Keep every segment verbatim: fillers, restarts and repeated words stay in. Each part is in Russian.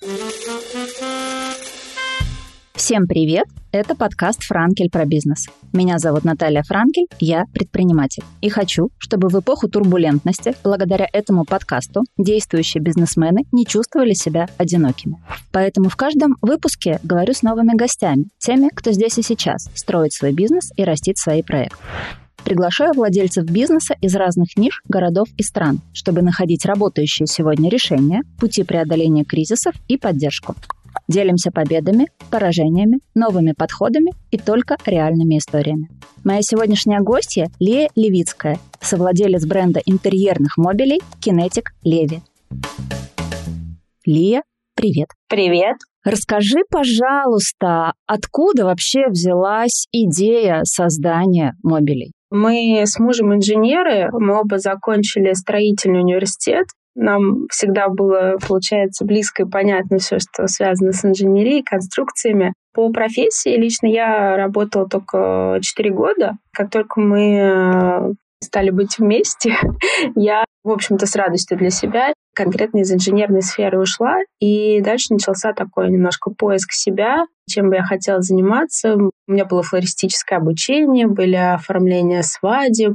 Всем привет! Это подкаст «Франкель про бизнес». Меня зовут Наталья Франкель, я предприниматель. И хочу, чтобы в эпоху турбулентности, благодаря этому подкасту, действующие бизнесмены не чувствовали себя одинокими. Поэтому в каждом выпуске говорю с новыми гостями, теми, кто здесь и сейчас строит свой бизнес и растит свои проекты. Приглашаю владельцев бизнеса из разных ниш, городов и стран, чтобы находить работающие сегодня решения, пути преодоления кризисов и поддержку. Делимся победами, поражениями, новыми подходами и только реальными историями. Моя сегодняшняя гостья – Лия Левицкая, совладелец бренда интерьерных мебелей Kinetic Levy. Лия, привет. Привет. Расскажи, пожалуйста, откуда вообще взялась идея создания мебелей? Мы с мужем инженеры, мы оба закончили строительный университет. Нам всегда было, получается, близко и понятно все, что связано с инженерией, конструкциями. По профессии лично я работала только четыре года. Как только мы стали быть вместе, я, в общем-то, с радостью для себя конкретно из инженерной сферы ушла, и дальше начался такой немножко поиск себя, чем бы я хотела заниматься. У меня было флористическое обучение, были оформления свадеб,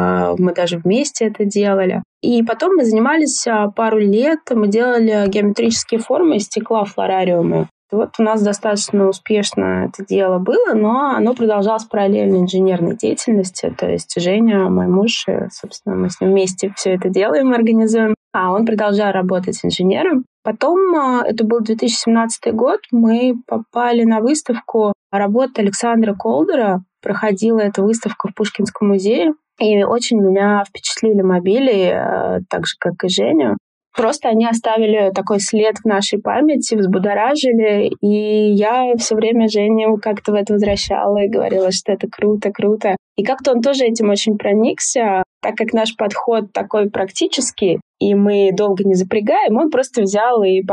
мы даже вместе это делали. И потом мы занимались пару лет, мы делали геометрические формы из стекла, флорариумы. Вот у нас достаточно успешно это дело было, но оно продолжалось параллельно инженерной деятельности. То есть Женя, мой муж, собственно, мы с ним вместе все это делаем, организуем. А он продолжал работать инженером. Потом, это был две тысячи семнадцатый год, мы попали на выставку работы Александра Колдера. Проходила эта выставка в Пушкинском музее. И очень меня впечатлили мобили, так же, как и Женю. Просто они оставили такой след в нашей памяти, взбудоражили, и я все время Женю как-то в это возвращала и говорила, что это круто, круто. И как-то он тоже этим очень проникся, так как наш подход такой практический, и мы долго не запрягаем, он просто взял и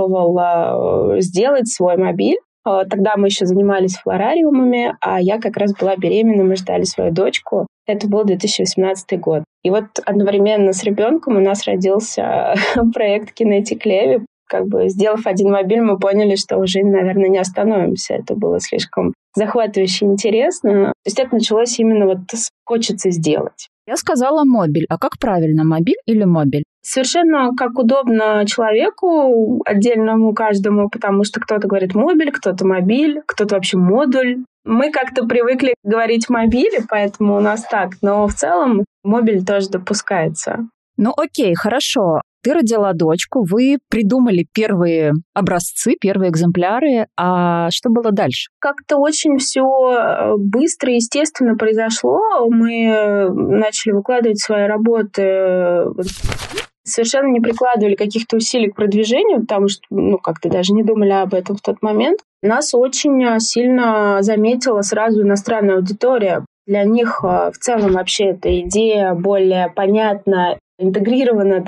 попробовал сделать свой мобиль. Тогда мы еще занимались флорариумами, а я как раз была беременна, мы ждали свою дочку. Это был две тысячи восемнадцатый год. И вот одновременно с ребенком у нас родился проект Kinetic Levy. Как бы сделав один мобиль, мы поняли, что уже, наверное, не остановимся. Это было слишком захватывающе интересно. То есть это началось именно вот с «хочется сделать». Я сказала мобиль. А как правильно, мобиль или мобиль? Совершенно как удобно человеку, отдельному каждому, потому что кто-то говорит мобиль, кто-то мобиль, кто-то вообще модуль. Мы как-то привыкли говорить мобили, поэтому у нас так. Но в целом мобиль тоже допускается. Ну окей, хорошо. Ты родила дочку, вы придумали первые образцы, первые экземпляры. А что было дальше? Как-то очень все быстро и естественно произошло. Мы начали выкладывать свои работы, совершенно не прикладывали каких-то усилий к продвижению, потому что, ну, как-то даже не думали об этом в тот момент. Нас очень сильно заметила сразу иностранная аудитория. Для них в целом вообще эта идея более понятна, интегрирована,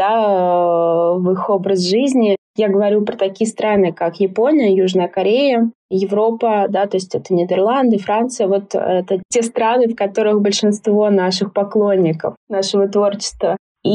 да, в их образ жизни. Я говорю про такие страны, как Япония, Южная Корея, Европа, да, то есть это Нидерланды, Франция. Вот это те страны, в которых большинство наших поклонников, нашего творчества.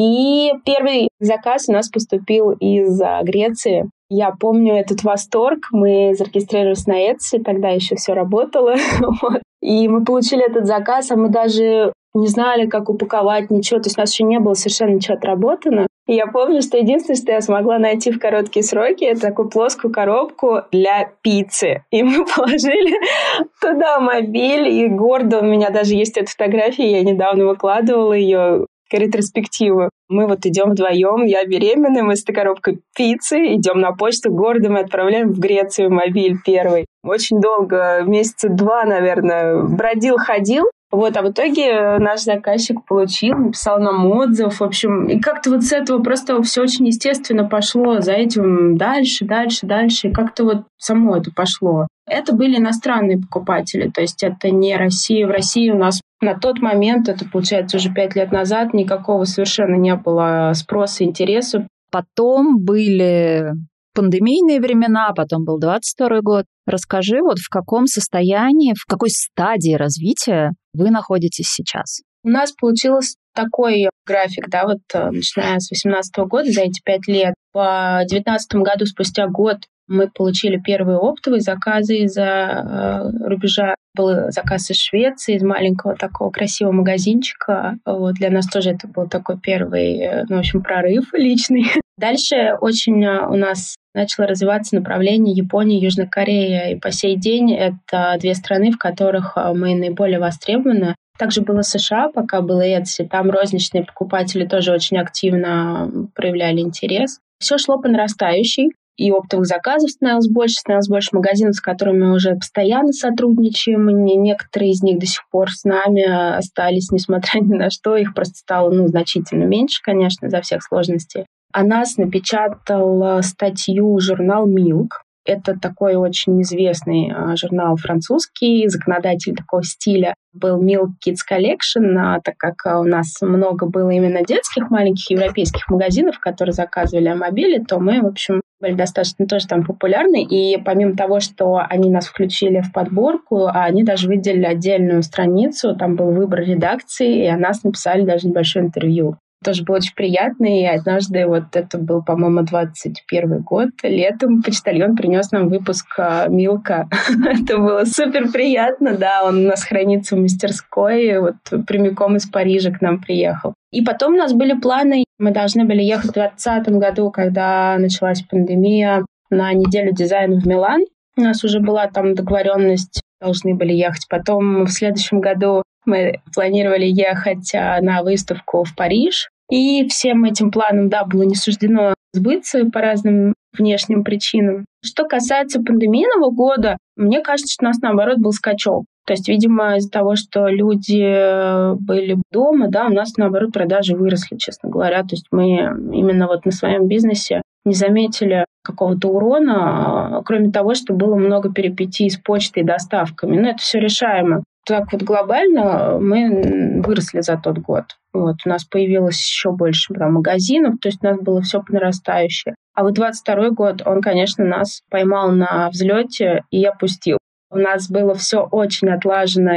И первый заказ у нас поступил из Греции. Я помню этот восторг. Мы зарегистрировались на Etsy, тогда еще все работало. Вот. И мы получили этот заказ, а мы даже не знали, как упаковать ничего. То есть у нас еще не было совершенно ничего отработано. И я помню, что единственное, что я смогла найти в короткие сроки, это такую плоскую коробку для пиццы. И мы положили туда мобиль, и гордо у меня даже есть эта фотография, я недавно выкладывала ее, ретроспективу. Мы вот идем вдвоем, я беременная, мы с этой коробкой пиццы идем на почту, гордо мы отправляем в Грецию мобиль первый. Очень долго, месяца два, наверное, бродил-ходил. Вот, а в итоге наш заказчик получил, написал нам отзыв, в общем, и как-то вот с этого просто все очень естественно пошло, за этим дальше, дальше, дальше, и как-то вот само это пошло. Это были иностранные покупатели, то есть это не Россия. В России у нас на тот момент, это получается уже пять лет назад, никакого совершенно не было спроса, интереса. Потом были пандемийные времена, потом был двадцать второй год. Расскажи, вот в каком состоянии, в какой стадии развития вы находитесь сейчас? У нас получился такой график, да, вот начиная с восемнадцатого года, за эти пять лет. В девятнадцатом году, спустя год, Мы получили первые оптовые заказы из-за э, рубежа. Был заказ из Швеции, из маленького такого красивого магазинчика. Вот, для нас тоже это был такой первый, ну, в общем, прорыв личный. Дальше очень у нас начало развиваться направление Япония, Южная Корея. И по сей день это две страны, в которых мы наиболее востребованы. Также было США, пока было Etsy. Там розничные покупатели тоже очень активно проявляли интерес. Все шло по нарастающей. И оптовых заказов становилось больше, становилось больше магазинов, с которыми мы уже постоянно сотрудничаем. И некоторые из них до сих пор с нами остались, несмотря ни на что. Их просто стало ну, значительно меньше, конечно, из-за всех сложностей. О нас напечатал статью журнал Milk. Это такой очень известный журнал французский, законодатель такого стиля. Был Milk Kids Collection, так как у нас много было именно детских маленьких европейских магазинов, которые заказывали мобили, то мы, в общем, были достаточно тоже там популярны. И помимо того, что они нас включили в подборку, они даже выделили отдельную страницу, там был выбор редакции, и о нас написали даже небольшое интервью. Тоже было очень приятно, и однажды, вот это был, по-моему, двадцать первый год, летом почтальон принес нам выпуск Милка. Это было супер приятно, да, он у нас хранится в мастерской, вот прямиком из Парижа к нам приехал. И потом у нас были планы, мы должны были ехать в двадцатом году, когда началась пандемия, на неделю дизайна в Милан. У нас уже была там договоренность, должны были ехать. Потом в следующем году мы планировали ехать на выставку в Париж. И всем этим планам, да, было не суждено сбыться по разным внешним причинам. Что касается пандемийного года, мне кажется, что у нас, наоборот, был скачок. То есть, видимо, из-за того, что люди были дома, да, у нас, наоборот, продажи выросли, честно говоря. То есть мы именно вот на своем бизнесе не заметили какого-то урона, кроме того, что было много перипетий с почтой и доставками. Но это все решаемо. Так вот глобально мы выросли за тот год. Вот, у нас появилось еще больше там, магазинов, то есть у нас было все по нарастающей. А вот двадцать второй год, он, конечно, нас поймал на взлете и опустил. У нас было все очень отлажено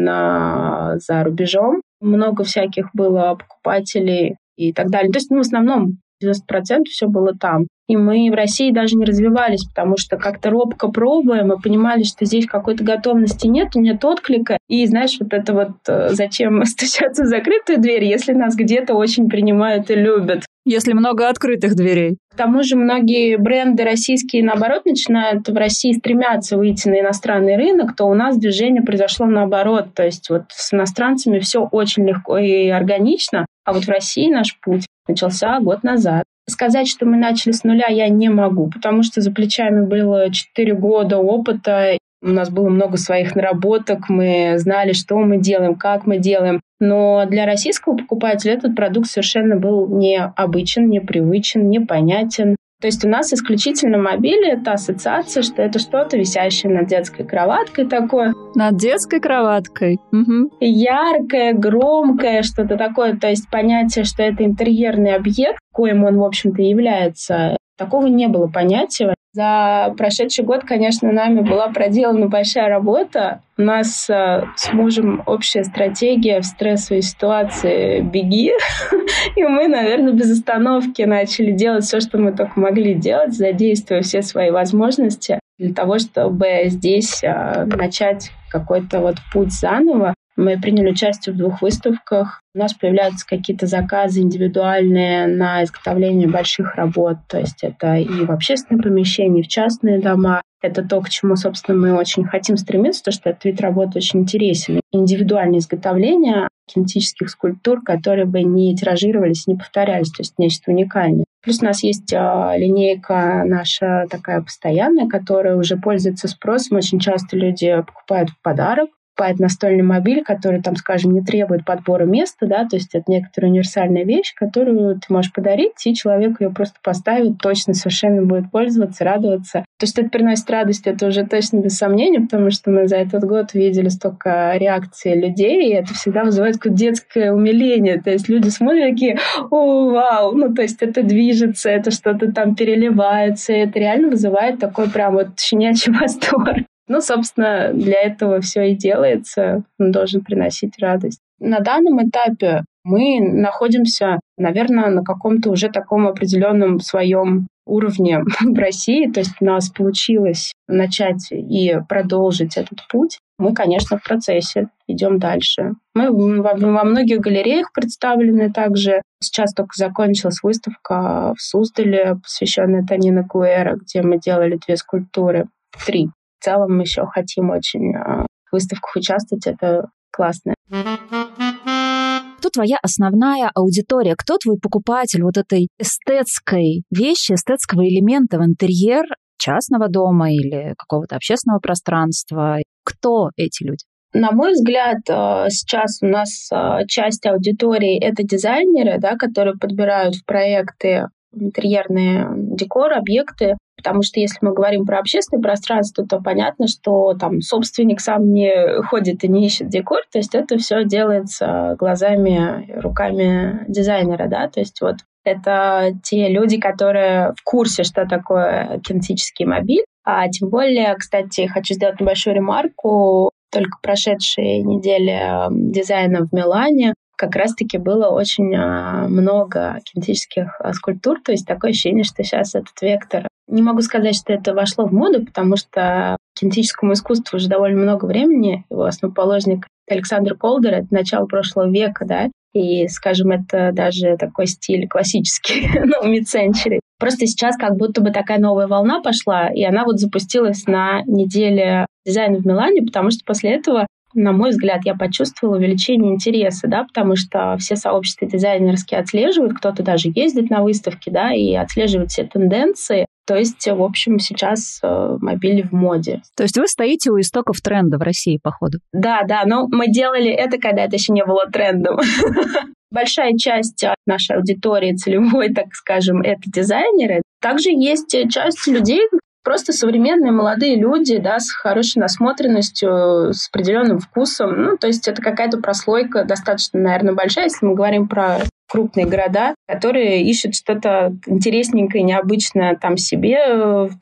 именно за рубежом. Много всяких было покупателей и так далее. То есть, ну, в основном девяносто процентов все было там. И мы в России даже не развивались, потому что как-то робко пробуем, мы понимали, что здесь какой-то готовности нет, нет отклика. И знаешь, вот это вот зачем стучаться в закрытую дверь, если нас где-то очень принимают и любят. Если много открытых дверей. К тому же многие бренды российские, наоборот, начинают в России стремятся выйти на иностранный рынок, то у нас движение произошло наоборот. То есть вот с иностранцами все очень легко и органично, а вот в России наш путь начался год назад. Сказать, что мы начали с нуля, я не могу, потому что за плечами было четыре года опыта, у нас было много своих наработок, мы знали, что мы делаем, как мы делаем. Но для российского покупателя этот продукт совершенно был необычен, непривычен, непонятен. То есть у нас исключительно мобиль — это ассоциация, что это что-то висящее над детской кроваткой такое. Над детской кроваткой. Угу. Яркое, громкое, что-то такое. То есть понятие, что это интерьерный объект, коим он, в общем-то, является, такого не было понятия. За прошедший год, конечно, нами была проделана большая работа. У нас э, с мужем общая стратегия в стрессовой ситуации «беги». И мы, наверное, без остановки начали делать все, что мы только могли делать, задействуя все свои возможности для того, чтобы здесь э, начать какой-то вот путь заново. Мы приняли участие в двух выставках. У нас появляются какие-то заказы индивидуальные на изготовление больших работ. То есть это и в общественные помещения, и в частные дома. Это то, к чему, собственно, мы очень хотим стремиться, потому что этот вид работы очень интересен. Индивидуальное изготовление кинетических скульптур, которые бы не тиражировались, не повторялись. То есть нечто уникальное. Плюс у нас есть э, линейка наша такая постоянная, которая уже пользуется спросом. Очень часто люди покупают в подарок. Покупает настольный мобиль, который, там, скажем, не требует подбора места, да, то есть это некоторая универсальная вещь, которую ты можешь подарить, и человек ее просто поставит, точно совершенно будет пользоваться, радоваться. То, что это приносит радость, это уже точно без сомнения, потому что мы за этот год видели столько реакций людей, и это всегда вызывает какое-то детское умиление. То есть люди смотрят такие: о, вау, ну, то есть это движется, это что-то там переливается, и это реально вызывает такой прям вот щенячий восторг. Ну, собственно, для этого все и делается. Он должен приносить радость. На данном этапе Мы находимся, наверное, на каком-то уже таком определенном своем уровне в России. То есть у нас получилось начать и продолжить этот путь. Мы, конечно, в процессе, идем дальше. Мы во, во многих галереях представлены также. Сейчас только закончилась выставка в Суздале, посвященная Тонино Гуэра, где мы делали две скульптуры. Три. В целом мы еще хотим очень в выставках участвовать. Это классно. Кто твоя основная аудитория? Кто твой покупатель вот этой эстетской вещи, эстетского элемента в интерьер частного дома или какого-то общественного пространства? Кто эти люди? На мой взгляд, сейчас у нас часть аудитории — это дизайнеры, да, которые подбирают в проекты интерьерные декор, объекты. Потому что если мы говорим про общественное пространство, то понятно, что там собственник сам не ходит и не ищет декор, то есть это все делается глазами, руками дизайнера, да, то есть вот это те люди, которые в курсе, что такое кинетический мобиль. А тем более, кстати, хочу сделать небольшую ремарку, только прошедшие недели дизайна в Милане как раз-таки было очень много кинетических скульптур, то есть такое ощущение, что сейчас этот вектор. Не могу сказать, что это вошло в моду, потому что кинетическому искусству уже довольно много времени. Его основоположник Александр Колдер — это начало прошлого века, да, и, скажем, это даже такой стиль классический, ну, mid-century. Просто сейчас как будто бы такая новая волна пошла, и она вот запустилась на неделе дизайна в Милане, потому что после этого, на мой взгляд, я почувствовала увеличение интереса, да, потому что все сообщества дизайнерские отслеживают, кто-то даже ездит на выставки, да, и отслеживает все тенденции. То есть, в общем, сейчас э, мобили в моде. То есть вы стоите у истоков тренда в России, походу? Да, да, но мы делали это, когда это еще не было трендом. Большая часть нашей аудитории целевой, так скажем, это дизайнеры. Также есть часть людей, просто современные молодые люди, да, с хорошей насмотренностью, с определенным вкусом. Ну, то есть это какая-то прослойка достаточно, наверное, большая, если мы говорим про крупные города, которые ищут что-то интересненькое, необычное там себе в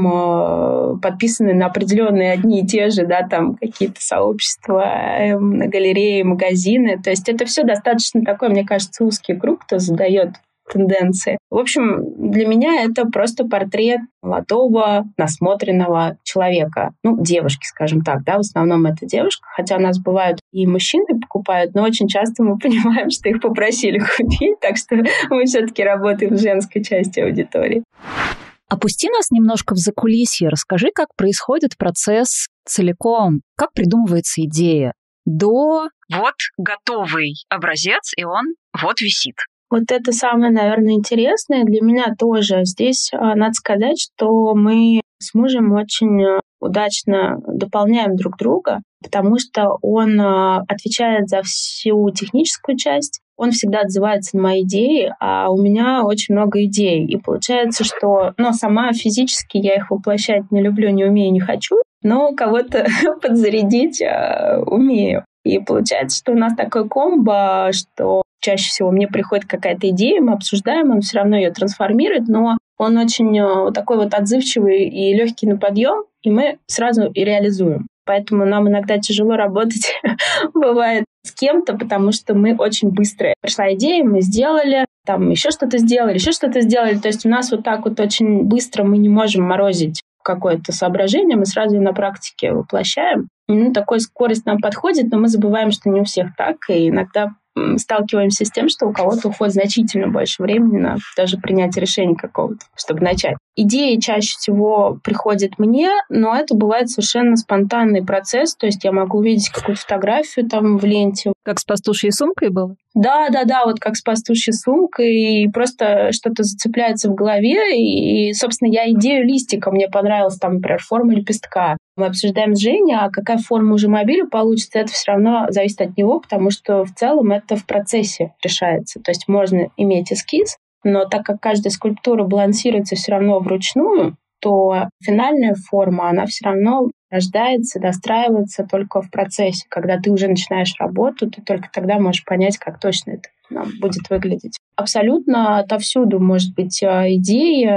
дом, подписаны на определенные одни и те же, да, там какие-то сообщества, галереи, магазины. То есть это все достаточно такой, мне кажется, узкий круг, кто задает тенденции. В общем, для меня это просто портрет молодого, насмотренного человека. Ну, девушки, скажем так, да, в основном это девушка, хотя у нас бывают и мужчины покупают, но очень часто мы понимаем, что их попросили купить, так что мы все-таки работаем в женской части аудитории. Опусти нас немножко в закулисье, расскажи, как происходит процесс целиком, как придумывается идея до вот готовый образец, и он вот висит. Вот это самое, наверное, интересное для меня тоже. Здесь надо сказать, что мы с мужем очень удачно дополняем друг друга, потому что он отвечает за всю техническую часть, он всегда отзывается на мои идеи, а у меня очень много идей. И получается, что ну, сама физически я их воплощать не люблю, не умею, не хочу, но кого-то подзарядить умею. И получается, что у нас такой комбо, что чаще всего мне приходит какая-то идея, мы обсуждаем, он все равно ее трансформирует, но он очень такой вот отзывчивый и легкий на подъем, и мы сразу и реализуем. Поэтому нам иногда тяжело работать бывает с кем-то, потому что мы очень быстро. Пришла идея, мы сделали, там еще что-то сделали, еще что-то сделали. То есть у нас вот так вот очень быстро мы не можем морозить какое-то соображение, мы сразу на практике воплощаем. Ну, такой скорость нам подходит, но мы забываем, что не у всех так, и иногда сталкиваемся с тем, что у кого-то уходит значительно больше времени на даже принятие решения какого-то, чтобы начать. Идеи чаще всего приходят мне, но это бывает совершенно спонтанный процесс, то есть я могу увидеть какую-то фотографию там в ленте. Как с пастушьей сумкой было? Да, да, да, вот как с пастушьей сумкой, и просто что-то зацепляется в голове, и, собственно, я идею листика, мне понравилась там, например, форма лепестка. Мы обсуждаем с Женей, а какая форма уже мобиля получится, это все равно зависит от него, потому что в целом это в процессе решается. То есть можно иметь эскиз, но так как каждая скульптура балансируется все равно вручную, то финальная форма, она все равно рождается, достраивается только в процессе. Когда ты уже начинаешь работу, ты только тогда можешь понять, как точно это будет выглядеть. Абсолютно отовсюду может быть идея.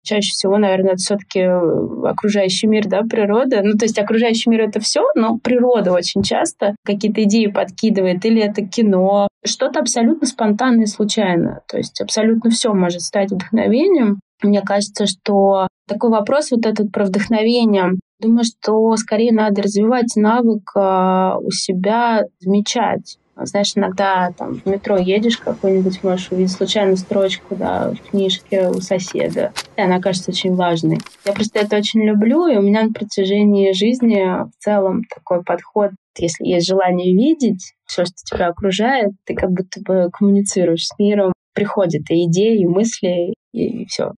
Чаще всего, наверное, это все-таки окружающий мир, да, природа. Ну, то есть окружающий мир — это все, но природа очень часто какие-то идеи подкидывает, или это кино, что-то абсолютно спонтанное и случайное. То есть абсолютно все может стать вдохновением. Мне кажется, что такой вопрос вот этот про вдохновение, думаю, что скорее надо развивать навык у себя замечать. Знаешь, иногда там в метро едешь какой-нибудь, можешь увидеть случайно строчку, да, в книжке у соседа, и она кажется очень важной. Я просто это очень люблю, и у меня на протяжении жизни в целом такой подход, если есть желание видеть все, что тебя окружает, ты как будто бы коммуницируешь с миром, приходят и идеи, и мысли, и, и все.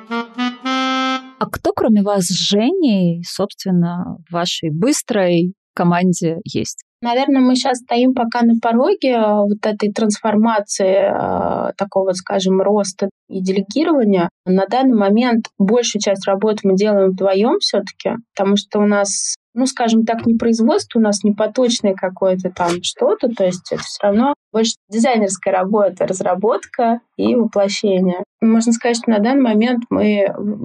А кто, кроме вас с Женей, собственно, в вашей быстрой команде есть? Наверное, мы сейчас стоим пока на пороге вот этой трансформации, такого, скажем, роста и делегирования. На данный момент большую часть работы мы делаем вдвоем все-таки, потому что у нас, ну, скажем так, не производство, у нас не поточное какое-то там что-то, то есть это все равно больше дизайнерская работа, разработка и воплощение. Можно сказать, что на данный момент мы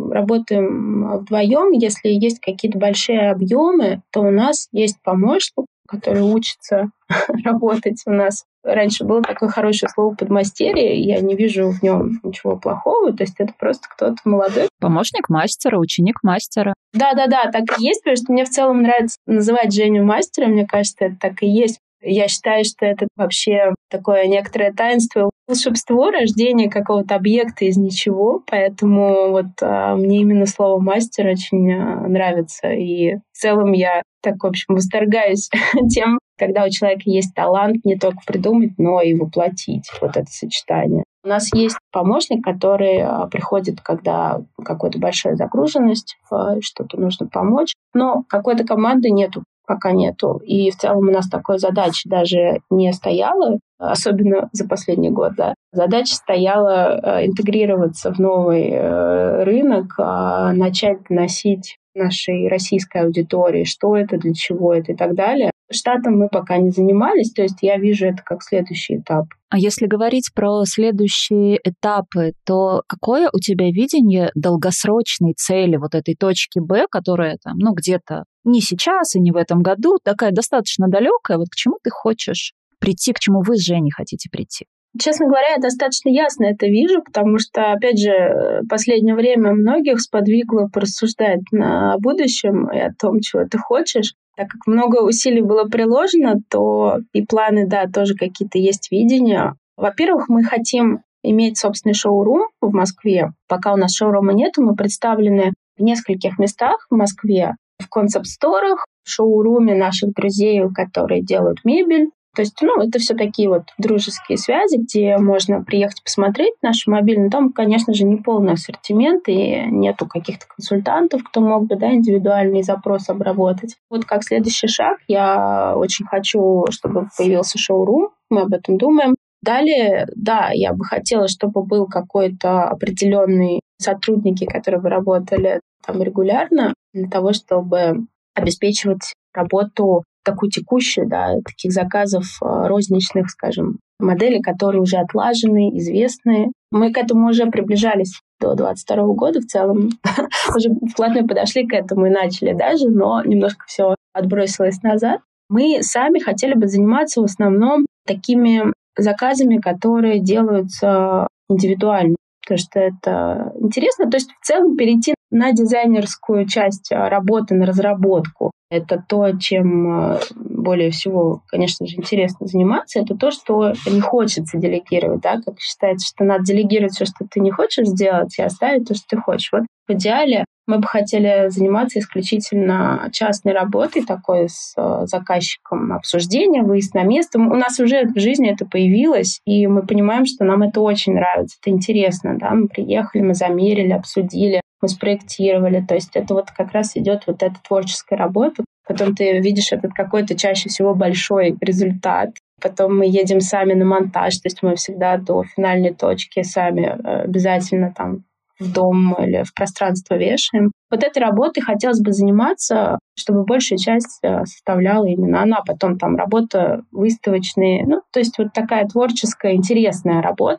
работаем вдвоем. Если есть какие-то большие объемы, то у нас есть помощник, который учится работать у нас. Раньше было такое хорошее слово «подмастерье», и я не вижу в нем ничего плохого, то есть это просто кто-то молодой. Помощник мастера, ученик мастера. Да-да-да, так и есть, потому что мне в целом нравится называть Женю мастером, мне кажется, это так и есть. Я считаю, что это вообще такое некоторое таинство, волшебство рождения какого-то объекта из ничего, поэтому вот а, мне именно слово «мастер» очень а, нравится, и в целом я так, в общем, восторгаюсь тем, когда у человека есть талант не только придумать, но и воплотить вот это сочетание. У нас есть помощник, который а, приходит, когда какая-то большая загруженность, что-то нужно помочь, но какой-то команды нету. Пока нету. И в целом у нас такой задачи даже не стояло, особенно за последний год. Да. Задача стояла э, интегрироваться в новый э, рынок, э, начать доносить нашей российской аудитории, что это, для чего это и так далее. Штатом мы пока не занимались, то есть я вижу это как следующий этап. А если говорить про следующие этапы, то какое у тебя видение долгосрочной цели вот этой точки Б, которая там, ну, где-то не сейчас и не в этом году, такая достаточно далекая, вот к чему ты хочешь прийти, к чему вы с Женей хотите прийти? Честно говоря, я достаточно ясно это вижу, потому что, опять же, в последнее время многих сподвигло порассуждать на будущем и о том, чего ты хочешь. Так как много усилий было приложено, то и планы, да, тоже какие-то есть видения. Во-первых, мы хотим иметь собственный шоурум в Москве. Пока у нас шоурума нету, мы представлены в нескольких местах в Москве. В концепт-сторах, в шоуруме наших друзей, которые делают мебель. То есть, ну, это все такие вот дружеские связи, где можно приехать посмотреть наши мобильные. Там, конечно же, не полный ассортимент, и нету каких-то консультантов, кто мог бы, да, индивидуальный запрос обработать. Вот как следующий шаг, я очень хочу, чтобы появился шоурум, мы об этом думаем. Далее, да, я бы хотела, чтобы был какой-то определенный сотрудники, которые бы работали там регулярно, для того, чтобы обеспечивать работу такую текущую, да, таких заказов розничных, скажем, моделей, которые уже отлажены, известны. Мы к этому уже приближались до двадцать второго года в целом. Уже вплотную подошли к этому и начали даже, но немножко все отбросилось назад. Мы сами хотели бы заниматься в основном такими заказами, которые делаются индивидуально, потому что это интересно. То есть в целом перейти на дизайнерскую часть работы, на разработку. Это то, чем более всего, конечно же, интересно заниматься. Это то, что не хочется делегировать. Да? Как считается, что надо делегировать все, что ты не хочешь сделать, и оставить то, что ты хочешь. Вот в идеале мы бы хотели заниматься исключительно частной работой, такой с заказчиком обсуждения, выезд на место. У нас уже в жизни это появилось, и мы понимаем, что нам это очень нравится, это интересно. Да? Мы приехали, мы замерили, обсудили, мы спроектировали. То есть это вот как раз идет вот эта творческая работа. Потом ты видишь этот какой-то чаще всего большой результат. Потом мы едем сами на монтаж, то есть мы всегда до финальной точки сами обязательно там в дом или в пространство вешаем. Вот этой работой хотелось бы заниматься, чтобы большая часть составляла именно она. Потом там работа выставочная. Ну, то есть вот такая творческая, интересная работа.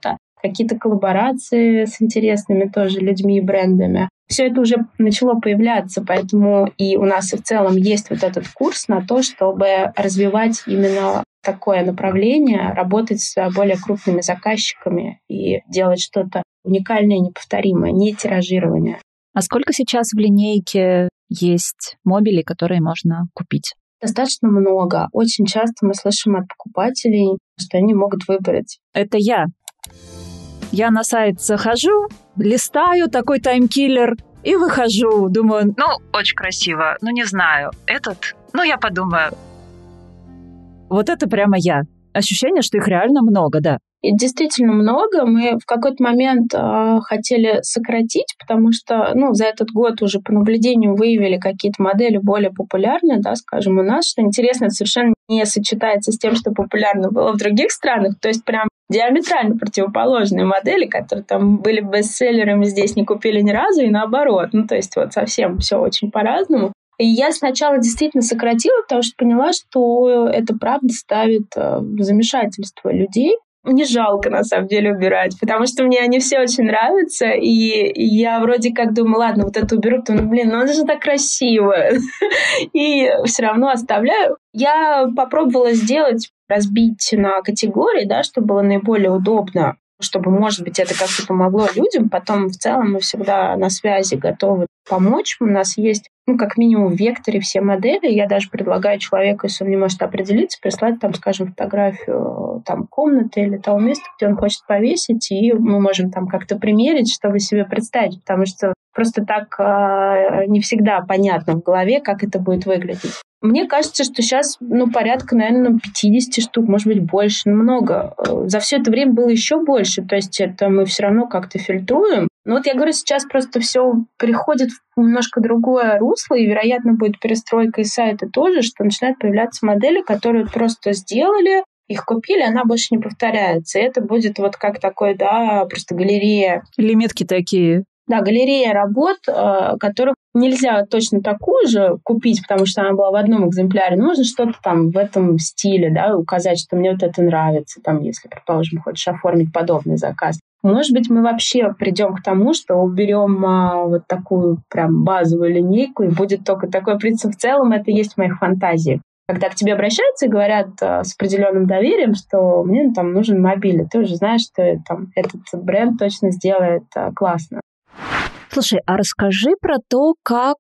какие-то коллаборации с интересными тоже людьми и брендами. Все это уже начало появляться, поэтому и у нас и в целом есть вот этот курс на то, чтобы развивать именно такое направление, работать с более крупными заказчиками и делать что-то уникальное и неповторимое, не тиражирование. А сколько сейчас в линейке есть мобилей, которые можно купить? Достаточно много. Очень часто мы слышим от покупателей, что они могут выбрать. Это я. Я на сайт захожу, листаю такой таймкиллер и выхожу. Думаю, ну, очень красиво, ну, не знаю, этот, ну, я подумаю. Вот это прямо я. Ощущение, что их реально много, да. И действительно много. Мы в какой-то момент э, хотели сократить, потому что ну, за этот год уже по наблюдению выявили какие-то модели более популярные, да, скажем, у нас, что интересно, это совершенно не сочетается с тем, что популярно было в других странах. То есть прям диаметрально противоположные модели, которые там были бестселлерами, здесь не купили ни разу, и наоборот. Ну, то есть вот совсем все очень по-разному. И я сначала действительно сократила, потому что поняла, что это правда ставит в замешательство людей. Мне жалко, на самом деле, убирать, потому что мне они все очень нравятся, и я вроде как думаю, ладно, вот это уберу, потому, ну, блин, ну это же так красиво, и все равно оставляю. Я попробовала сделать, разбить на категории, да, чтобы было наиболее удобно, чтобы, может быть, это как-то помогло людям. Потом, в целом, мы всегда на связи готовы помочь. У нас есть, ну, как минимум, в векторе все модели. Я даже предлагаю человеку, если он не может определиться, прислать, там, скажем, фотографию там, комнаты или того места, где он хочет повесить, и мы можем там как-то примерить, чтобы себе представить, потому что просто так э, не всегда понятно в голове, как это будет выглядеть. Мне кажется, что сейчас, ну, порядка, наверное, пятьдесят штук, может быть, больше, но много. За все это время было еще больше, то есть это мы все равно как-то фильтруем. Но вот я говорю, сейчас просто все переходит в немножко другое русло, и, вероятно, будет перестройка и сайта тоже, что начинают появляться модели, которые просто сделали, их купили, она больше не повторяется. И это будет вот как такой, да, просто галерея. Лимитки такие. Да, галерея работ, которых нельзя точно такую же купить, потому что она была в одном экземпляре. Но можно что-то там в этом стиле, да, указать, что мне вот это нравится, там, если, предположим, хочешь оформить подобный заказ. Может быть, мы вообще придем к тому, что уберем а, вот такую прям базовую линейку, и будет только такой принцип. В целом это есть в моих фантазиях. Когда к тебе обращаются и говорят а, с определенным доверием, что мне там нужен мобиль, и ты уже знаешь, что там, этот бренд точно сделает а, классно. Слушай, а расскажи про то, как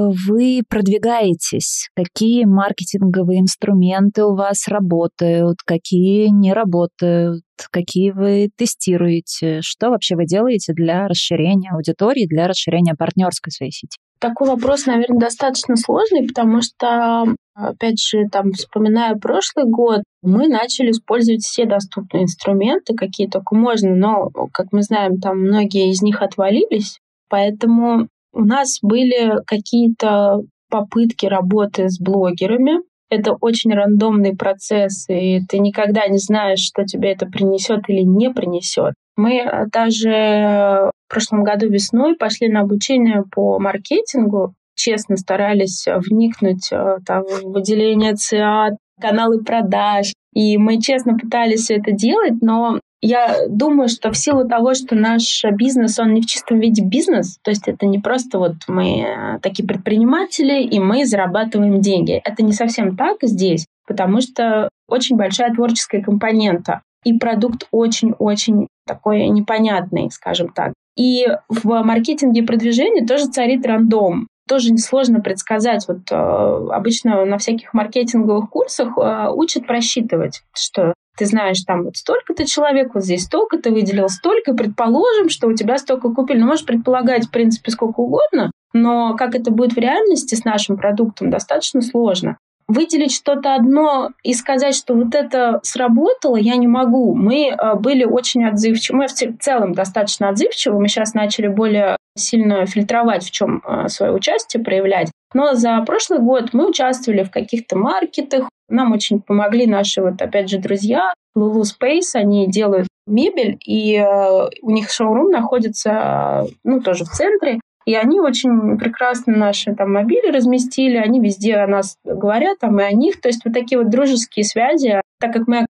вы продвигаетесь, какие маркетинговые инструменты у вас работают, какие не работают, какие вы тестируете, что вообще вы делаете для расширения аудитории, для расширения партнерской своей сети? Такой вопрос, наверное, достаточно сложный, потому что, опять же, там, вспоминая прошлый год, мы начали использовать все доступные инструменты, какие только можно, но, как мы знаем, там многие из них отвалились. Поэтому у нас были какие-то попытки работы с блогерами. Это очень рандомный процесс, и ты никогда не знаешь, что тебе это принесет или не принесет. Мы даже в прошлом году весной пошли на обучение по маркетингу, честно старались вникнуть там, в выделение ЦИА, каналы продаж, и мы честно пытались все это делать, но я думаю, что в силу того, что наш бизнес, он не в чистом виде бизнес, то есть это не просто вот мы такие предприниматели, и мы зарабатываем деньги. Это не совсем так здесь, потому что очень большая творческая компонента, и продукт очень-очень такой непонятный, скажем так. И в маркетинге и продвижении тоже царит рандом. Тоже несложно предсказать. Вот э, обычно на всяких маркетинговых курсах э, учат просчитывать, что ты знаешь, там вот столько-то человек, вот здесь столько, ты выделил столько, предположим, что у тебя столько купили. Ну, можешь предполагать, в принципе, сколько угодно, но как это будет в реальности с нашим продуктом, достаточно сложно. Выделить что-то одно и сказать, что вот это сработало, я не могу. Мы были очень отзывчивы. Мы в целом достаточно отзывчивы. Мы сейчас начали более сильно фильтровать, в чем свое участие проявлять. Но за прошлый год мы участвовали в каких-то маркетах. Нам очень помогли наши, вот опять же, друзья. Lulu Space, они делают мебель, и у них шоурум находится, ну, тоже в центре. И они очень прекрасно наши там мобили разместили, они везде о нас говорят, там и о них. То есть вот такие вот дружеские связи. Так как мы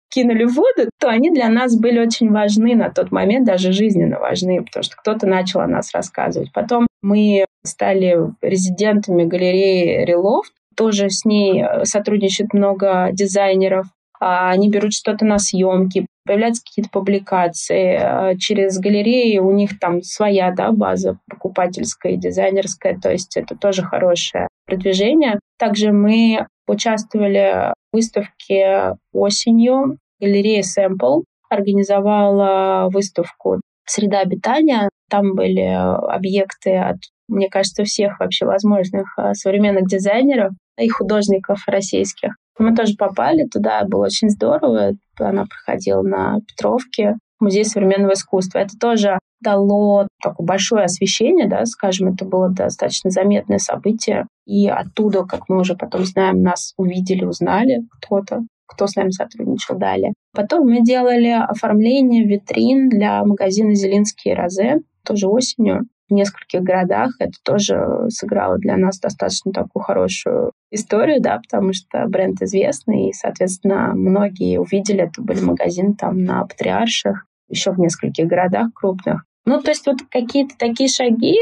кинули в воду, то они для нас были очень важны на тот момент, даже жизненно важны, потому что кто-то начал о нас рассказывать. Потом мы стали резидентами галереи Reloft, тоже с ней сотрудничает много дизайнеров. Они берут что-то на съемки, появляются какие-то публикации. Через галереи у них там своя, да, база покупательская и дизайнерская, то есть это тоже хорошее продвижение. Также мы участвовали в выставке осенью. Галерея Sample организовала выставку «Среда обитания». Там были объекты от, мне кажется, всех вообще возможных современных дизайнеров и художников российских. Мы тоже попали туда, было очень здорово. Она проходила на Петровке, Музей современного искусства. Это тоже дало такое большое освещение, да, скажем, это было достаточно заметное событие. И оттуда, как мы уже потом знаем, нас увидели, узнали кто-то, кто с нами сотрудничал далее. Потом мы делали оформление витрин для магазина «Зелинский и Розе», тоже осенью, в нескольких городах. Это тоже сыграло для нас достаточно такую хорошую историю, да, потому что бренд известный, и, соответственно, многие увидели, это были магазины там на Патриарших, еще в нескольких городах крупных. Ну, то есть вот какие-то такие шаги.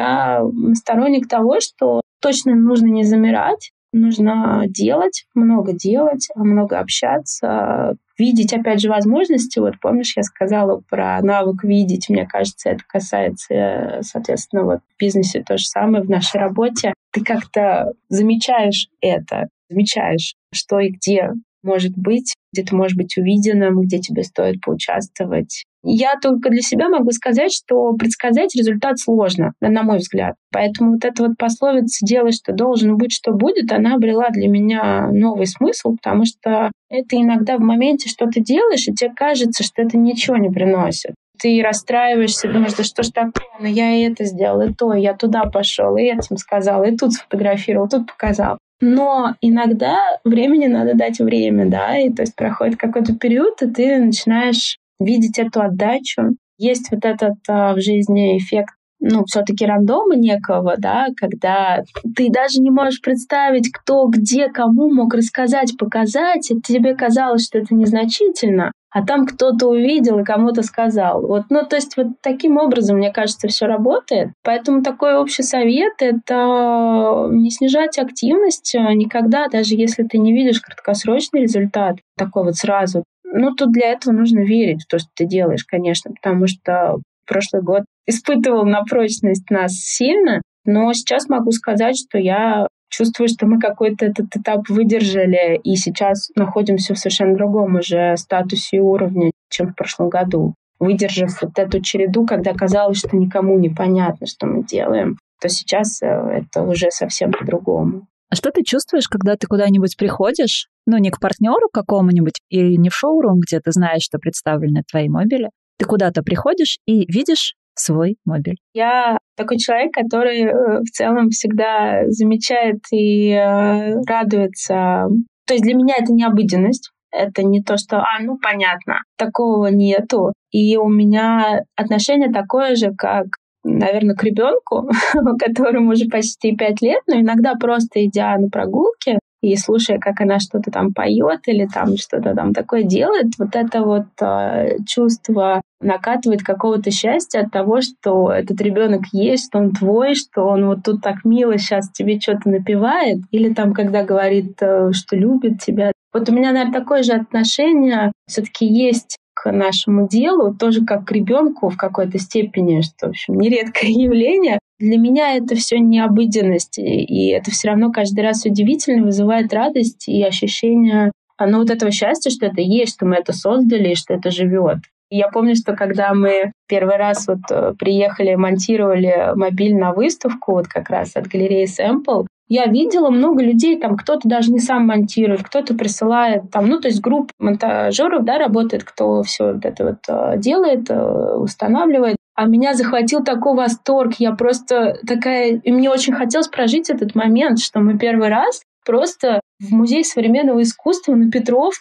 Я сторонник того, что точно нужно не замирать, нужно делать, много делать, много общаться, видеть, опять же, возможности. Вот помнишь, я сказала про навык видеть. Мне кажется, это касается, соответственно, вот в бизнесе то же самое, в нашей работе. Ты как-то замечаешь это, замечаешь, что и где может быть, где ты можешь быть увиденным, где тебе стоит поучаствовать. Я только для себя могу сказать, что предсказать результат сложно, на мой взгляд. Поэтому вот эта вот пословица «делай, что должен, будь, что будет», она обрела для меня новый смысл, потому что это иногда в моменте что-то делаешь, и тебе кажется, что это ничего не приносит. Ты расстраиваешься, думаешь, да что ж такое, ну я и это сделал, и то, я туда пошел, и этим сказал, и тут сфотографировал, тут показал. Но иногда времени надо дать время, да, и то есть проходит какой-то период, и ты начинаешь видеть эту отдачу. Есть вот этот а, в жизни эффект, ну, все-таки рандома некого, да, когда ты даже не можешь представить, кто, где, кому мог рассказать, показать, и тебе казалось, что это незначительно, а там кто-то увидел и кому-то сказал. Вот, ну, то есть вот таким образом, мне кажется, все работает. Поэтому такой общий совет — это не снижать активность никогда, даже если ты не видишь краткосрочный результат, такой вот сразу. Ну, тут для этого нужно верить в то, что ты делаешь, конечно, потому что прошлый год испытывал на прочность нас сильно, но сейчас могу сказать, что я чувствую, что мы какой-то этот этап выдержали, и сейчас находимся в совершенно другом уже статусе и уровне, чем в прошлом году. Выдержав вот эту череду, когда казалось, что никому не понятно, что мы делаем, то сейчас это уже совсем по-другому. А что ты чувствуешь, когда ты куда-нибудь приходишь, ну, не к партнеру какому-нибудь или не в шоурум, где ты знаешь, что представлены твои мобили, ты куда-то приходишь и видишь свой мобиль? Я такой человек, который в целом всегда замечает и радуется. То есть для меня это не обыденность. Это не то, что, а, ну, понятно, такого нету. И у меня отношение такое же, как, наверное, к ребенку, которому уже почти пять лет, но иногда просто идя на прогулки и слушая, как она что-то там поет или там что-то там такое делает, вот это вот э, чувство накатывает какого-то счастья от того, что этот ребенок есть, что он твой, что он вот тут так мило сейчас тебе что-то напевает, или там, когда говорит, э, что любит тебя. Вот у меня, наверное, такое же отношение все-таки есть к нашему делу, тоже как к ребенку в какой-то степени, что, в общем, нередкое явление. Для меня это все не обыденность, и это все равно каждый раз удивительно, вызывает радость и ощущение, ну, вот этого счастья, что это есть, что мы это создали, и что это живет. И я помню, что когда мы первый раз вот приехали, монтировали мобиль на выставку, вот как раз от галереи Sample, я видела много людей, там кто-то даже не сам монтирует, кто-то присылает, там, ну, то есть группа монтажеров, да, работает, кто все вот это вот делает, устанавливает. А меня захватил такой восторг, я просто такая... И мне очень хотелось прожить этот момент, что мы первый раз просто в Музее современного искусства на Петровке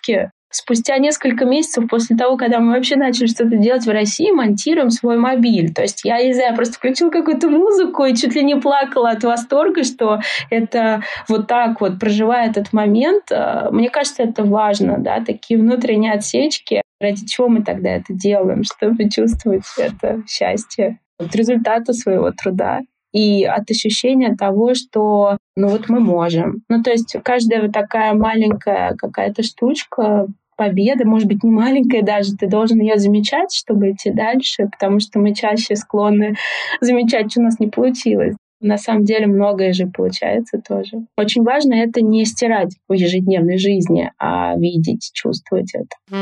спустя несколько месяцев после того, когда мы вообще начали что-то делать в России, монтируем свой мобиль. То есть я, не знаю, просто включила какую-то музыку и чуть ли не плакала от восторга, что это вот так вот, проживая этот момент. Мне кажется, это важно, да, такие внутренние отсечки. Ради чего мы тогда это делаем? Чтобы чувствовать это счастье от результата своего труда и от ощущения того, что ну вот мы можем. Ну то есть каждая вот такая маленькая какая-то штучка, победа, может быть, не маленькая даже, ты должен ее замечать, чтобы идти дальше, потому что мы чаще склонны замечать, что у нас не получилось. На самом деле многое же получается тоже. Очень важно это не стирать в ежедневной жизни, а видеть, чувствовать это.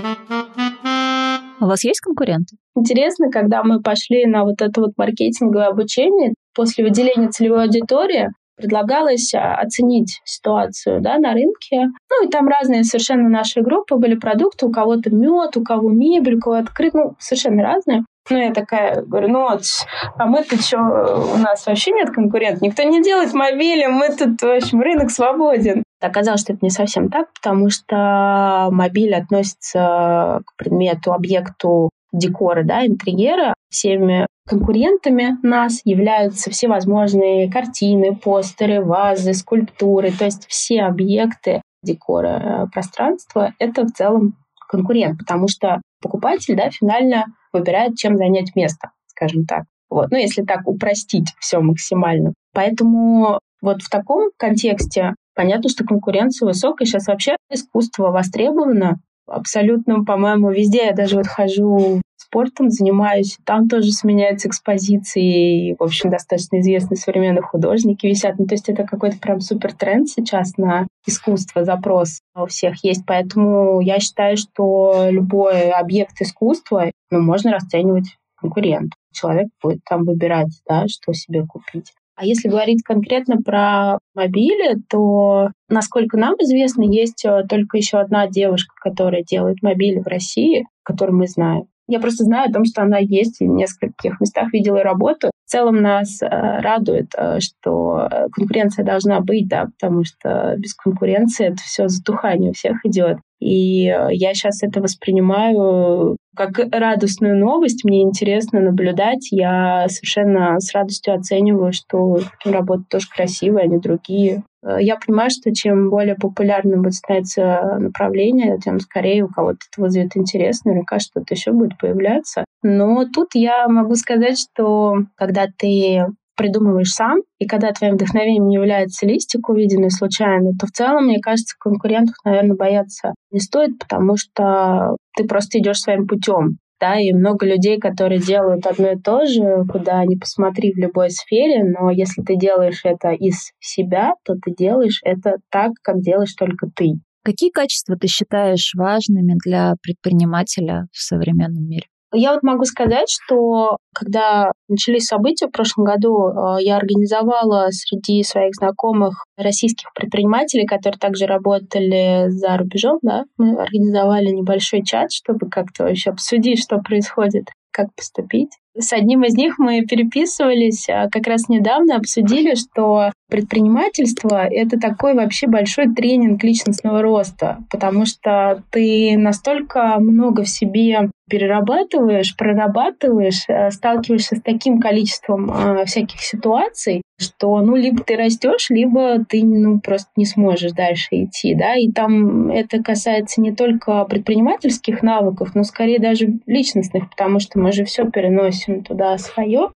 У вас есть конкуренты? Интересно, когда мы пошли на вот это вот маркетинговое обучение, после выделения целевой аудитории предлагалось оценить ситуацию, да, на рынке. Ну, и там разные совершенно наши группы были продукты. У кого-то мед, у кого мебель, у кого открыт, ну, совершенно разные. Ну, я такая говорю, ну вот, а мы-то что, у нас вообще нет конкурентов, никто не делает мобили, мы тут, в общем, рынок свободен. Оказалось, что это не совсем так, потому что мобиль относится к предмету, объекту декора, да, интерьера. Всеми конкурентами нас являются всевозможные картины, постеры, вазы, скульптуры, то есть все объекты декора пространства — это в целом конкурент, потому что покупатель, да, финально выбирает, чем занять место, скажем так. Вот. Ну, если так упростить все максимально. Поэтому вот в таком контексте понятно, что конкуренция высокая. Сейчас вообще искусство востребовано абсолютно, по-моему, везде. Я даже вот хожу спортом, занимаюсь. Там тоже сменяются экспозиции. И, в общем, достаточно известные современные художники висят. Ну, то есть это какой-то прям супер тренд сейчас на искусство, запрос у всех есть. Поэтому я считаю, что любой объект искусства, ну, можно расценивать конкурент. Человек будет там выбирать, да, что себе купить. А если говорить конкретно про мобили, то, насколько нам известно, есть только еще одна девушка, которая делает мобили в России, которую мы знаем. Я просто знаю о том, что она есть, и в нескольких местах видела работу. В целом нас э, радует, э, что конкуренция должна быть, да, потому что без конкуренции это все затухание у всех идет. И я сейчас это воспринимаю как радостную новость. Мне интересно наблюдать. Я совершенно с радостью оцениваю, что работы тоже красивые, они другие. Я понимаю, что чем более популярным будет становиться направление, тем скорее у кого-то это вызовет интерес, наверняка что-то еще будет появляться. Но тут я могу сказать, что когда ты придумываешь сам, и когда твоим вдохновением не является листик, увиденный случайно, то в целом, мне кажется, конкурентов, наверное, бояться не стоит, потому что ты просто идешь своим путем. Да, и много людей, которые делают одно и то же, куда ни посмотри в любой сфере, но если ты делаешь это из себя, то ты делаешь это так, как делаешь только ты. Какие качества ты считаешь важными для предпринимателя в современном мире? Я вот могу сказать, что когда начались события в прошлом году, я организовала среди своих знакомых российских предпринимателей, которые также работали за рубежом, да, мы организовали небольшой чат, чтобы как-то вообще обсудить, что происходит, как поступить. С одним из них мы переписывались как раз недавно, обсудили, что предпринимательство — это такой вообще большой тренинг личностного роста, потому что ты настолько много в себе перерабатываешь, прорабатываешь, сталкиваешься с таким количеством э, всяких ситуаций, что ну либо ты растешь, либо ты ну просто не сможешь дальше идти, да, и там это касается не только предпринимательских навыков, но скорее даже личностных, потому что мы же все переносим туда свое.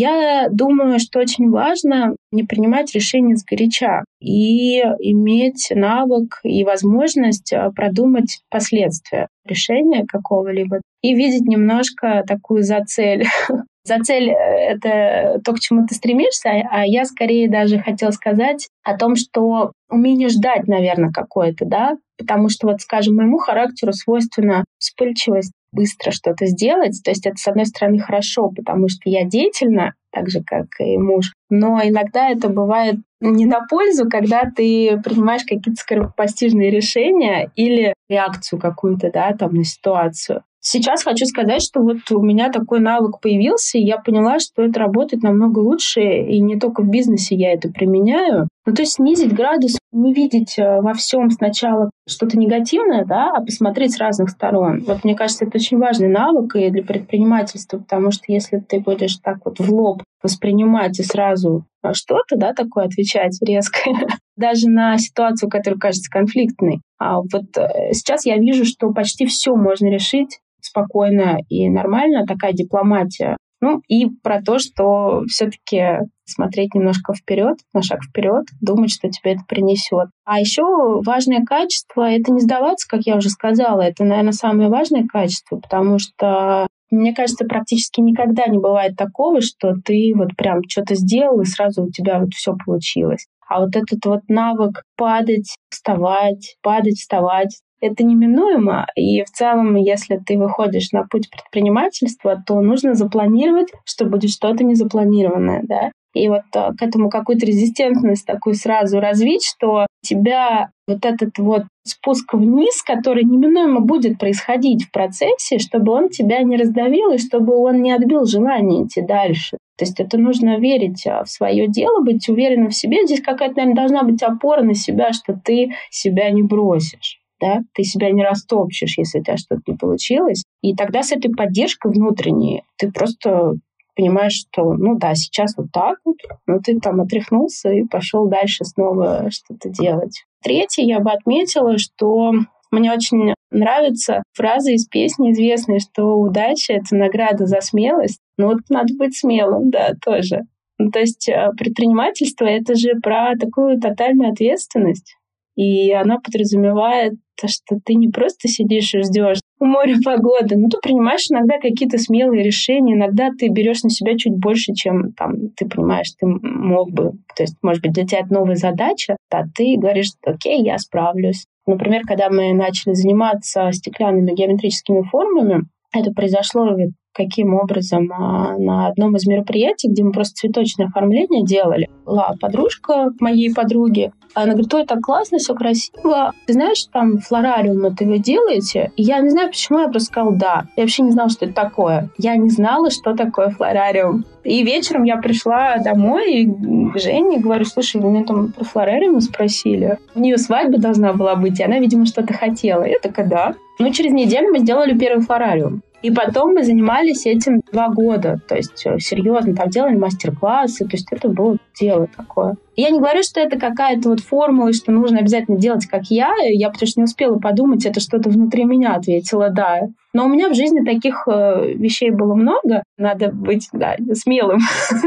Я думаю, что очень важно не принимать решения сгоряча и иметь навык и возможность продумать последствия решения какого-либо и видеть немножко такую зацель. Зацель — это то, к чему ты стремишься, а я скорее даже хотела сказать о том, что умение ждать, наверное, какое-то, да, потому что, вот, скажем, моему характеру свойственна вспыльчивость, быстро что-то сделать. То есть это, с одной стороны, хорошо, потому что я деятельна, так же, как и муж. Но иногда это бывает не на пользу, когда ты принимаешь какие-то скоропостижные решения или реакцию какую-то, да, там, на ситуацию. Сейчас хочу сказать, что вот у меня такой навык появился, и я поняла, что это работает намного лучше, и не только в бизнесе я это применяю, Ну, то есть снизить градус, не видеть во всем сначала что-то негативное, да, а посмотреть с разных сторон. Вот мне кажется, это очень важный навык и для предпринимательства, потому что если ты будешь так вот в лоб воспринимать и сразу что-то, да, такое отвечать резко, даже на ситуацию, которая кажется конфликтной. А вот сейчас я вижу, что почти все можно решить спокойно и нормально, такая дипломатия. Ну и про то, что все-таки смотреть немножко вперед, на шаг вперед, думать, что тебе это принесет. А еще важное качество — это не сдаваться, как я уже сказала. Это, наверное, самое важное качество, потому что, мне кажется, практически никогда не бывает такого, что ты вот прям что-то сделал, и сразу у тебя вот все получилось. А вот этот вот навык падать, вставать, падать, вставать, это неминуемо, и в целом, если ты выходишь на путь предпринимательства, то нужно запланировать, что будет что-то незапланированное, да. И вот к этому какую-то резистентность такую сразу развить, что тебя вот этот вот спуск вниз, который неминуемо будет происходить в процессе, чтобы он тебя не раздавил и чтобы он не отбил желание идти дальше. То есть это нужно верить в свое дело, быть уверенным в себе. Здесь какая-то, наверное, должна быть опора на себя, что ты себя не бросишь. Да, ты себя не растопчешь, если у тебя что-то не получилось. И тогда с этой поддержкой внутренней ты просто понимаешь, что, ну да, сейчас вот так вот, но ты там отряхнулся и пошел дальше снова что-то делать. Третье, я бы отметила, что мне очень нравится фраза из песни известной, что удача — это награда за смелость. Ну вот надо быть смелым, да, тоже. Ну, то есть предпринимательство — это же про такую тотальную ответственность. И она подразумевает, что ты не просто сидишь и ждешь у моря погоды, но ты принимаешь иногда какие-то смелые решения, иногда ты берешь на себя чуть больше, чем там, ты понимаешь, ты мог бы. То есть, может быть, для тебя это новая задача, а ты говоришь: окей, я справлюсь. Например, когда мы начали заниматься стеклянными геометрическими формами, это произошло каким образом? На одном из мероприятий, где мы просто цветочное оформление делали, была подружка моей подруги. Она говорит: ой, так классно, все красиво. Ты знаешь, там флорариум это вы делаете? И я не знаю, почему, я просто сказала да. Я вообще не знала, что это такое. Я не знала, что такое флорариум. И вечером я пришла домой и к Жене говорю: слушай, вы меня там про флорариум спросили. У нее свадьба должна была быть, и она, видимо, что-то хотела. Я такая: да. Ну, через неделю мы сделали первый флорариум. И потом мы занимались этим два года. То есть серьезно, там делали мастер-классы. То есть это было дело такое. И я не говорю, что это какая-то вот формула, что нужно обязательно делать, как я. Я потому что не успела подумать, это что-то внутри меня ответила «да». Но у меня в жизни таких э, вещей было много. Надо быть, да, смелым,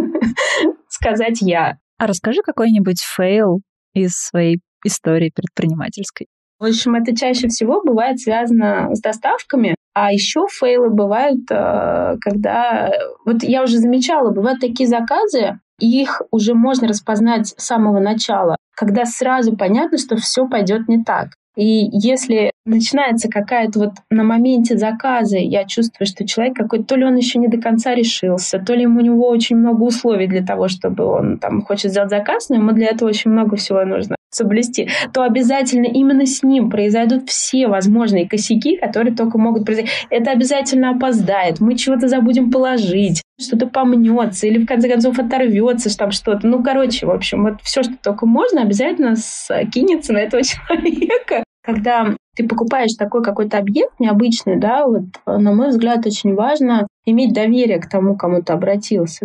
сказать «я». А расскажи какой-нибудь фейл из своей истории предпринимательской. В общем, это чаще всего бывает связано с доставками. А еще фейлы бывают, когда... Вот я уже замечала, бывают такие заказы, и их уже можно распознать с самого начала, когда сразу понятно, что все пойдет не так. И если начинается какая-то вот на моменте заказа, я чувствую, что человек какой-то, то ли он еще не до конца решился, то ли ему у него очень много условий для того, чтобы он там хочет сделать заказ, но ему для этого очень много всего нужно соблюсти, то обязательно именно с ним произойдут все возможные косяки, которые только могут произойти. Это обязательно опоздает, мы чего-то забудем положить, что-то помнется или в конце концов оторвется там что-то. Ну, короче, в общем, вот все, что только можно, обязательно кинется на этого человека. Когда ты покупаешь такой какой-то объект необычный, да, вот, на мой взгляд, очень важно иметь доверие к тому, кому ты обратился.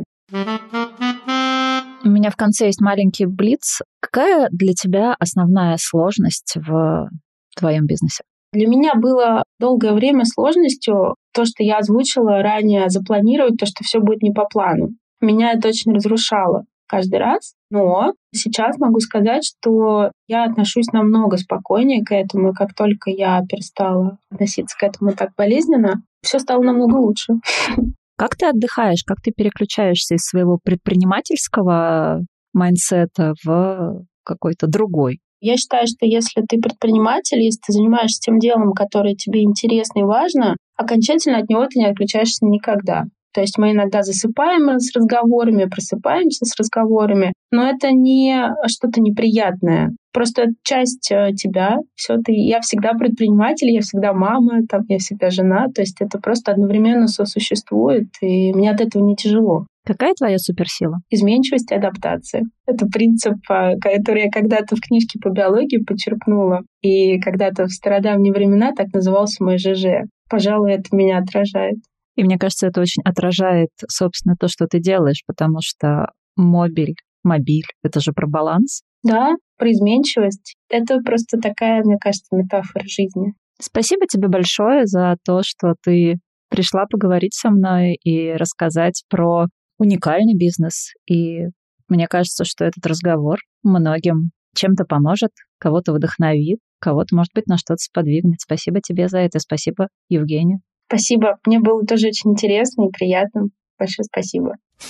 У меня в конце есть маленький блиц. Какая для тебя основная сложность в твоем бизнесе? Для меня было долгое время сложностью то, что я озвучила ранее, запланировать то, что все будет не по плану. Меня это очень разрушало каждый раз. Но сейчас могу сказать, что я отношусь намного спокойнее к этому, и как только я перестала относиться к этому так болезненно, все стало намного лучше. Как ты отдыхаешь, как ты переключаешься из своего предпринимательского майндсета в какой-то другой? Я считаю, что если ты предприниматель, если ты занимаешься тем делом, которое тебе интересно и важно, окончательно от него ты не отключаешься никогда. То есть мы иногда засыпаем с разговорами, просыпаемся с разговорами, но это не что-то неприятное. Просто часть тебя. Все, ты, я всегда предприниматель, я всегда мама, там, я всегда жена. То есть это просто одновременно сосуществует, и мне от этого не тяжело. Какая твоя суперсила? Изменчивость и адаптация. Это принцип, который я когда-то в книжке по биологии почерпнула. И когда-то в стародавние времена так назывался мой ЖЖ. Пожалуй, это меня отражает. И мне кажется, это очень отражает, собственно, то, что ты делаешь, потому что мобиль, мобиль, это же про баланс. Да, про изменчивость. Это просто такая, мне кажется, метафора жизни. Спасибо тебе большое за то, что ты пришла поговорить со мной и рассказать про уникальный бизнес. И мне кажется, что этот разговор многим чем-то поможет, кого-то вдохновит, кого-то, может быть, на что-то сподвигнет. Спасибо тебе за это. Спасибо, Евгения. Спасибо. Мне было тоже очень интересно и приятно. Большое спасибо.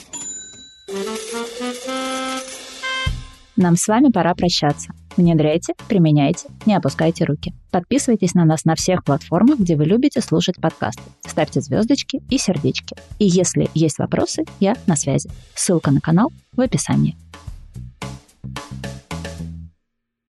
Нам с вами пора прощаться. Внедряйте, применяйте, не опускайте руки. Подписывайтесь на нас на всех платформах, где вы любите слушать подкасты. Ставьте звездочки и сердечки. И если есть вопросы, я на связи. Ссылка на канал в описании.